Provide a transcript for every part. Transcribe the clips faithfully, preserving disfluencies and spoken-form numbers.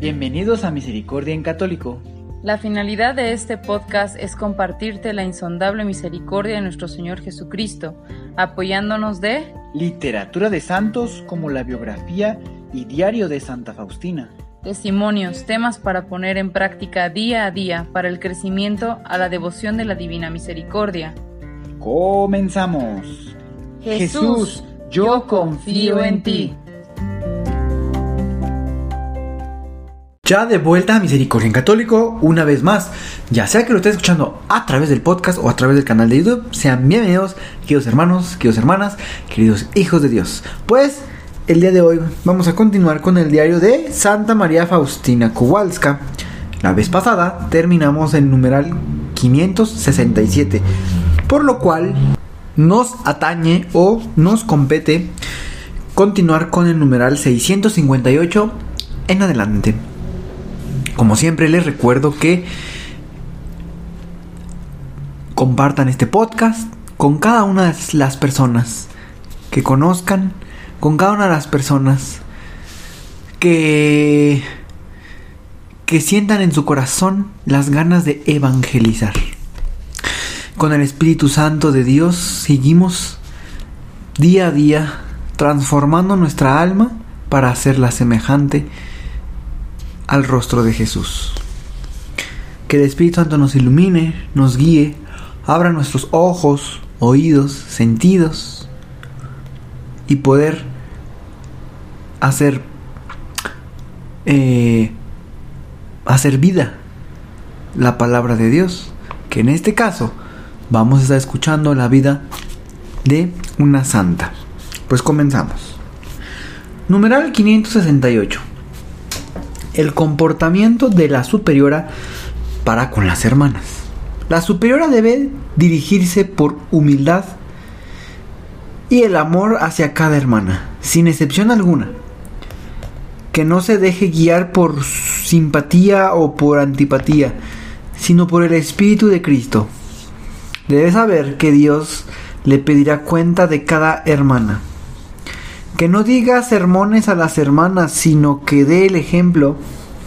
Bienvenidos a Misericordia en Católico. La finalidad de este podcast es compartirte la insondable misericordia de nuestro Señor Jesucristo, apoyándonos de literatura de santos como la biografía y diario de Santa Faustina, testimonios, temas para poner en práctica día a día para el crecimiento a la devoción de la Divina Misericordia. ¡Comenzamos! Jesús, yo confío en ti. Ya de vuelta a Misericordia en Católico, una vez más, ya sea que lo estés escuchando a través del podcast o a través del canal de YouTube, sean bienvenidos, queridos hermanos, queridos hermanas, queridos hijos de Dios. Pues, el día de hoy vamos a continuar con el diario de Santa María Faustina Kowalska. La vez pasada terminamos en numeral quinientos sesenta y siete, por lo cual nos atañe o nos compete continuar con el numeral seiscientos cincuenta y ocho en adelante. Como siempre les recuerdo que compartan este podcast con cada una de las personas que conozcan, con cada una de las personas que, que sientan en su corazón las ganas de evangelizar. Con el Espíritu Santo de Dios seguimos día a día transformando nuestra alma para hacerla semejante al rostro de Jesús. Que el Espíritu Santo nos ilumine, nos guíe, abra nuestros ojos, oídos, sentidos y poder hacer eh, hacer vida la palabra de Dios, que en este caso vamos a estar escuchando la vida de una santa. Pues comenzamos. Numeral quinientos sesenta y ocho. El comportamiento de la superiora para con las hermanas. La superiora debe dirigirse por humildad y el amor hacia cada hermana, sin excepción alguna. Que no se deje guiar por simpatía o por antipatía, sino por el Espíritu de Cristo. Debe saber que Dios le pedirá cuenta de cada hermana. Que no diga sermones a las hermanas, sino que dé el ejemplo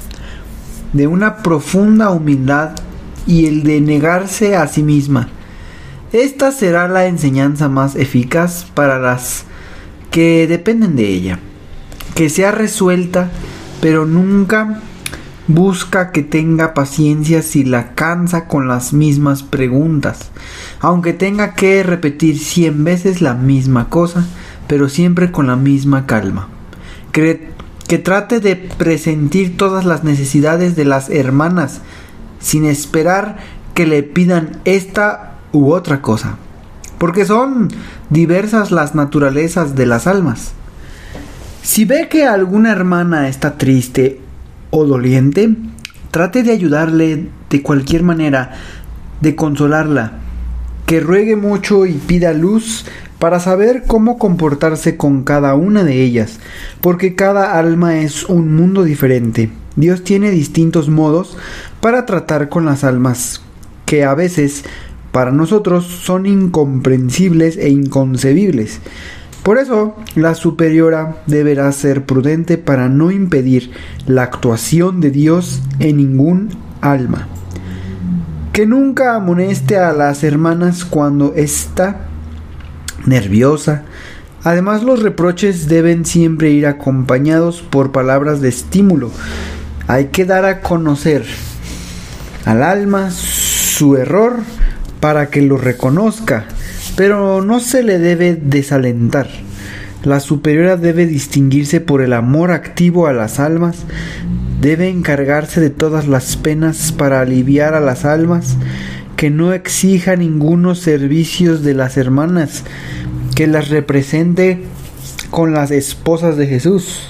de una profunda humildad y el de negarse a sí misma. Esta será la enseñanza más eficaz para las que dependen de ella. Que sea resuelta, pero nunca busca que tenga paciencia si la cansa con las mismas preguntas, aunque tenga que repetir cien veces la misma cosa, pero siempre con la misma calma. Que, que trate de presentir todas las necesidades de las hermanas, sin esperar que le pidan esta u otra cosa, porque son diversas las naturalezas de las almas. Si ve que alguna hermana está triste o doliente, trate de ayudarle de cualquier manera, de consolarla, que ruegue mucho y pida luz para saber cómo comportarse con cada una de ellas, porque cada alma es un mundo diferente. Dios tiene distintos modos para tratar con las almas, que a veces para nosotros son incomprensibles e inconcebibles. Por eso, la superiora deberá ser prudente para no impedir la actuación de Dios en ningún alma. Que nunca amoneste a las hermanas cuando está nerviosa. Además, los reproches deben siempre ir acompañados por palabras de estímulo. Hay que dar a conocer al alma su error para que lo reconozca, pero no se le debe desalentar. La superiora debe distinguirse por el amor activo a las almas, debe encargarse de todas las penas para aliviar a las almas, que no exija ningunos servicios de las hermanas, que las represente con las esposas de Jesús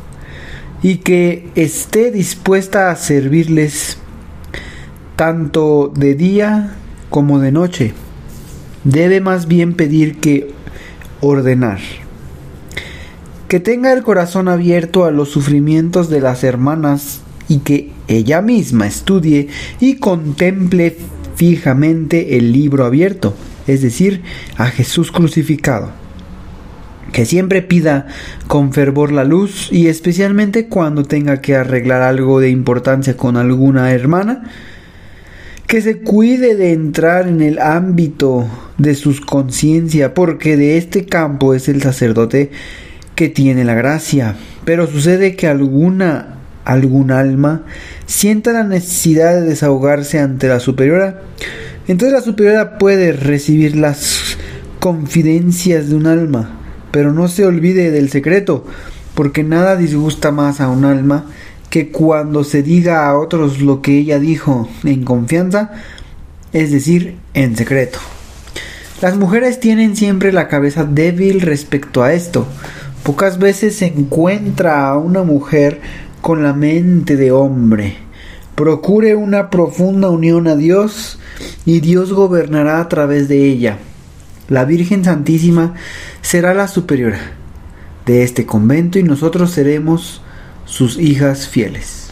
y que esté dispuesta a servirles tanto de día como de noche. Debe más bien pedir que ordenar. Que tenga el corazón abierto a los sufrimientos de las hermanas y que ella misma estudie y contemple fijamente el libro abierto, es decir, a Jesús crucificado. que siempre pida con fervor la luz, y especialmente cuando tenga que arreglar algo de importancia con alguna hermana, que se cuide de entrar en el ámbito de su conciencia, porque de este campo es el sacerdote que tiene la gracia. Pero sucede que alguna algún alma sienta la necesidad de desahogarse ante la superiora. Entonces la superiora puede recibir las confidencias de un alma, pero no se olvide del secreto, porque nada disgusta más a un alma que cuando se diga a otros lo que ella dijo en confianza, es decir, en secreto. Las mujeres tienen siempre la cabeza débil respecto a esto. Pocas veces se encuentra a una mujer con la mente de hombre. Procure una profunda unión a Dios y Dios gobernará a través de ella. La Virgen Santísima será la superiora de este convento y nosotros seremos sus hijas fieles.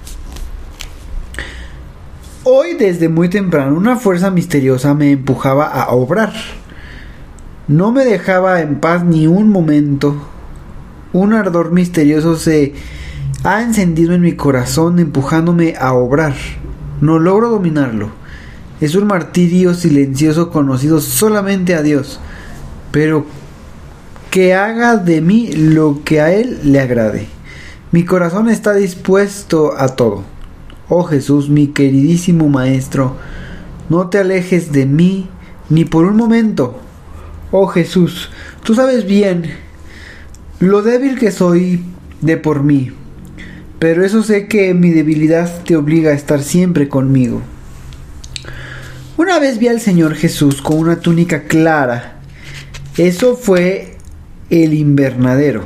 Hoy desde muy temprano una fuerza misteriosa me empujaba a obrar. No me dejaba en paz ni un momento. Un ardor misterioso se ha encendido en mi corazón empujándome a obrar. No logro dominarlo. Es un martirio silencioso conocido solamente a Dios, pero que haga de mí lo que a Él le agrade. Mi corazón está dispuesto a todo. Oh Jesús, mi queridísimo Maestro, no te alejes de mí ni por un momento. Oh Jesús, tú sabes bien lo débil que soy de por mí, pero eso sé que mi debilidad te obliga a estar siempre conmigo. Una vez vi al Señor Jesús con una túnica clara. Eso fue el invernadero.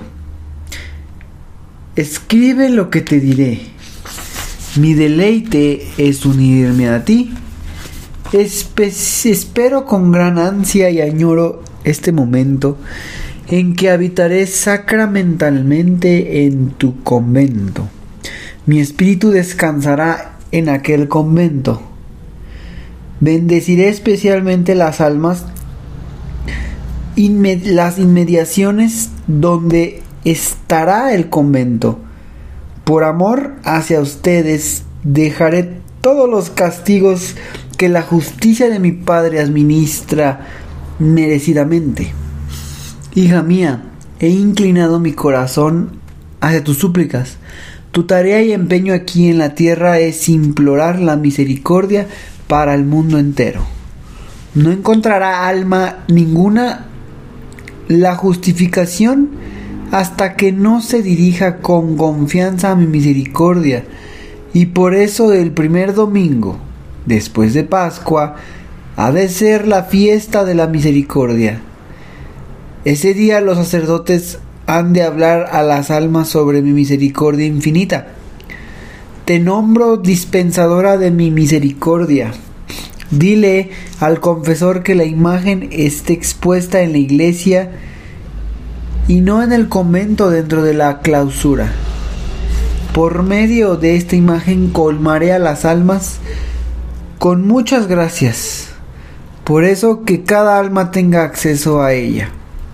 Escribe lo que te diré. Mi deleite es unirme a ti. Espe- espero con gran ansia y añoro este momento en que habitaré sacramentalmente en tu convento. Mi espíritu descansará en aquel convento. Bendeciré especialmente las almas, inme- las inmediaciones donde estará el convento. Por amor hacia ustedes dejaré todos los castigos que la justicia de mi Padre administra merecidamente. Hija mía, he inclinado mi corazón hacia tus súplicas. Tu tarea y empeño aquí en la tierra es implorar la misericordia para el mundo entero. No encontrará alma ninguna la justificación hasta que no se dirija con confianza a mi misericordia, y por eso el primer domingo después de Pascua ha de ser la fiesta de la misericordia. Ese día los sacerdotes han de hablar a las almas sobre mi misericordia infinita. Te nombro dispensadora de mi misericordia. Dile al confesor que la imagen esté expuesta en la iglesia y no en el convento dentro de la clausura. Por medio de esta imagen colmaré a las almas con muchas gracias. Por eso que cada alma tenga acceso a ella.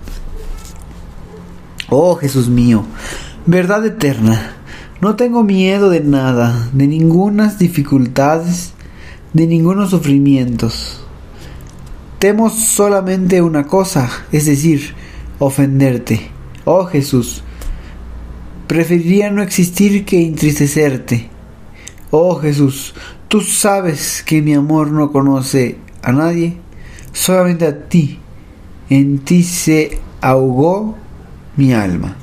Oh Jesús mío, verdad eterna, no tengo miedo de nada, de ningunas dificultades, de ningunos sufrimientos. Temo solamente una cosa, es decir, ofenderte. Oh Jesús, preferiría no existir que entristecerte. Oh Jesús, tú sabes que mi amor no conoce a nadie, solamente a ti. En ti se ahogó mi alma.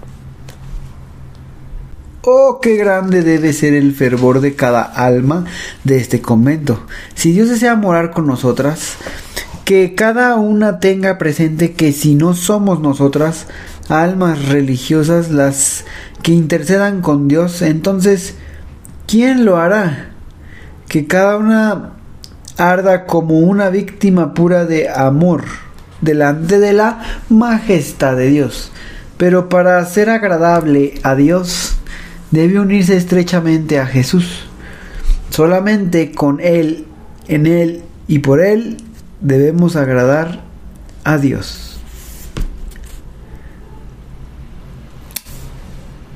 Oh, qué grande debe ser el fervor de cada alma de este convento. Si Dios desea morar con nosotras, que cada una tenga presente que si no somos nosotras, almas religiosas, las que intercedan con Dios, entonces, ¿quién lo hará? Que cada una arda como una víctima pura de amor delante de la majestad de Dios. Pero para ser agradable a Dios, debe unirse estrechamente a Jesús. Solamente con Él, en Él y por Él debemos agradar a Dios.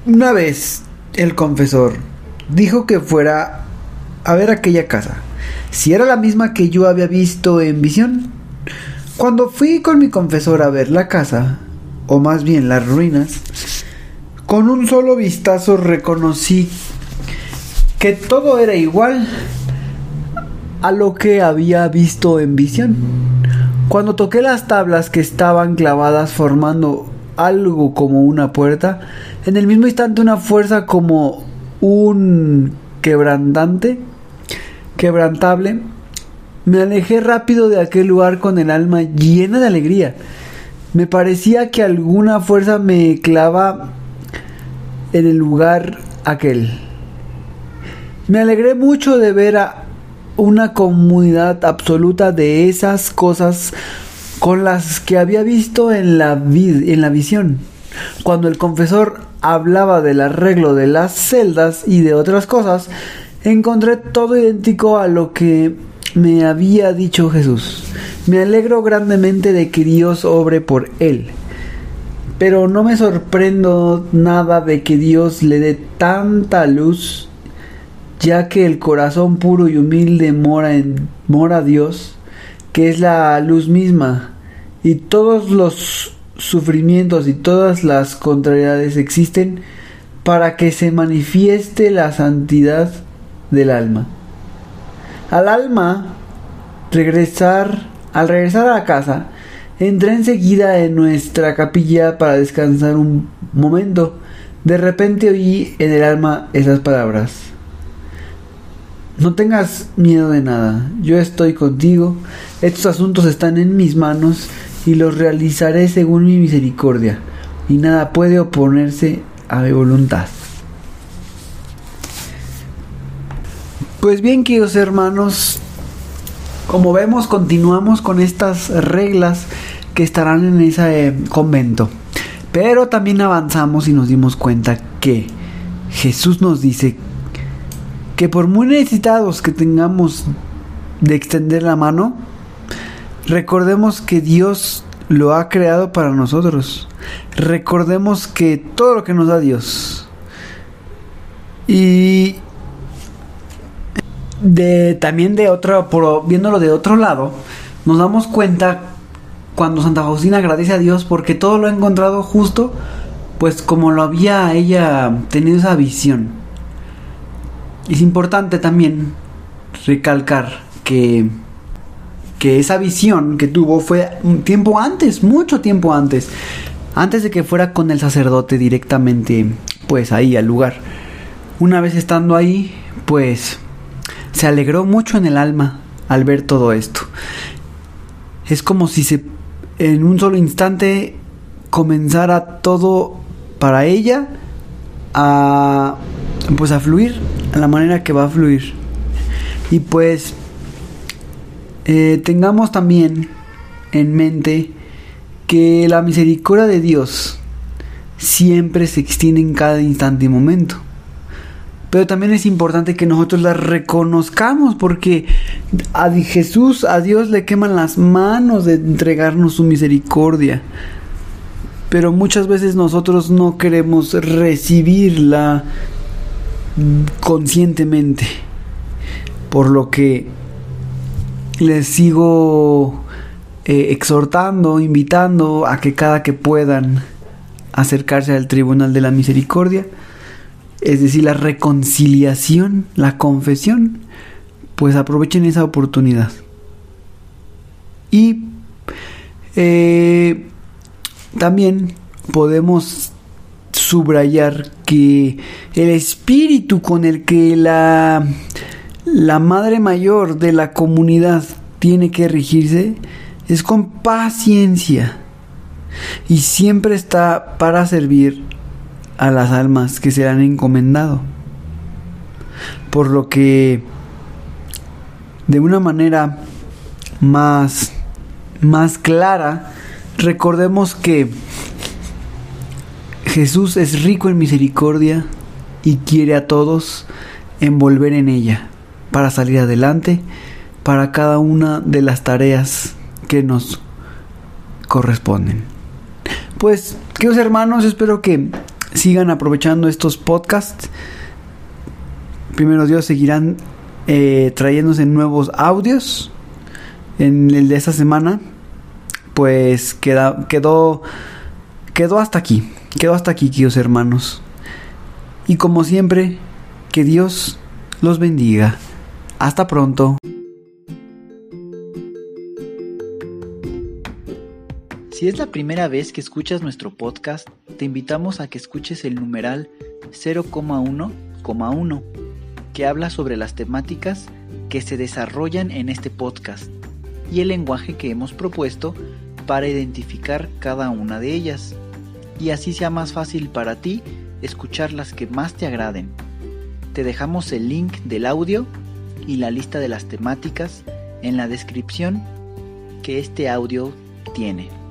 Una vez el confesor dijo que fuera a ver aquella casa, si era la misma que yo había visto en visión. Cuando fui con mi confesor a ver la casa, o más bien las ruinas, con un solo vistazo reconocí que todo era igual a lo que había visto en visión. Cuando toqué las tablas que estaban clavadas formando algo como una puerta, en el mismo instante una fuerza como un quebrantante, quebrantable, me alejé rápido de aquel lugar con el alma llena de alegría. Me parecía que alguna fuerza me clava en el lugar aquel. Me alegré mucho de ver a una comunidad absoluta de esas cosas con las que había visto en la, vid- en la visión. Cuando el confesor hablaba del arreglo de las celdas y de otras cosas, encontré todo idéntico a lo que me había dicho Jesús. Me alegro grandemente de que Dios obre por él, pero no me sorprendo nada de que Dios le dé tanta luz, ya que el corazón puro y humilde mora en mora Dios, que es la luz misma, y todos los sufrimientos y todas las contrariedades existen para que se manifieste la santidad del alma. Al alma regresar, al regresar a la casa, entré enseguida en nuestra capilla para descansar un momento. De repente oí en el alma esas palabras: no tengas miedo de nada, yo estoy contigo, estos asuntos están en mis manos y los realizaré según mi misericordia, y nada puede oponerse a mi voluntad. Pues bien, queridos hermanos, como vemos, continuamos con estas reglas que estarán en ese eh, convento, pero también avanzamos y nos dimos cuenta que Jesús nos dice que por muy necesitados que tengamos de extender la mano, recordemos que Dios lo ha creado para nosotros. Recordemos que todo lo que nos da Dios, y de también de otro, por, viéndolo de otro lado, nos damos cuenta cuando Santa Faustina agradece a Dios porque todo lo ha encontrado justo, pues como lo había ella tenido esa visión. Es importante también recalcar que que esa visión que tuvo fue un tiempo antes, mucho tiempo antes, antes de que fuera con el sacerdote directamente, pues ahí al lugar. Una vez estando ahí, pues se alegró mucho en el alma al ver todo esto. Es como si se en un solo instante comenzara todo para ella a pues a fluir a la manera que va a fluir. Y pues eh, tengamos también en mente que la misericordia de Dios siempre se extiende en cada instante y momento. Pero también es importante que nosotros la reconozcamos, porque a Jesús, a Dios le queman las manos de entregarnos su misericordia. Pero muchas veces nosotros no queremos recibirla conscientemente. Por lo que les sigo eh, exhortando, invitando a que cada que puedan acercarse al tribunal de la misericordia, es decir, la reconciliación, la confesión, pues aprovechen esa oportunidad. Y eh, también podemos subrayar que el espíritu con el que la, la madre mayor de la comunidad tiene que regirse es con paciencia, y siempre está para servir a las almas que se le han encomendado. Por lo que de una manera más, más clara, recordemos que Jesús es rico en misericordia y quiere a todos envolver en ella para salir adelante para cada una de las tareas que nos corresponden. Pues, queridos hermanos, espero que sigan aprovechando estos podcasts. Primero Dios, seguirán eh, trayéndose nuevos audios. En el de esta semana, pues queda, quedó, quedó hasta aquí. Quedó hasta aquí, queridos hermanos. Y como siempre, que Dios los bendiga. Hasta pronto. Si es la primera vez que escuchas nuestro podcast, te invitamos a que escuches el numeral cero coma uno coma uno, que habla sobre las temáticas que se desarrollan en este podcast y el lenguaje que hemos propuesto para identificar cada una de ellas, y así sea más fácil para ti escuchar las que más te agraden. Te dejamos el link del audio y la lista de las temáticas en la descripción que este audio tiene.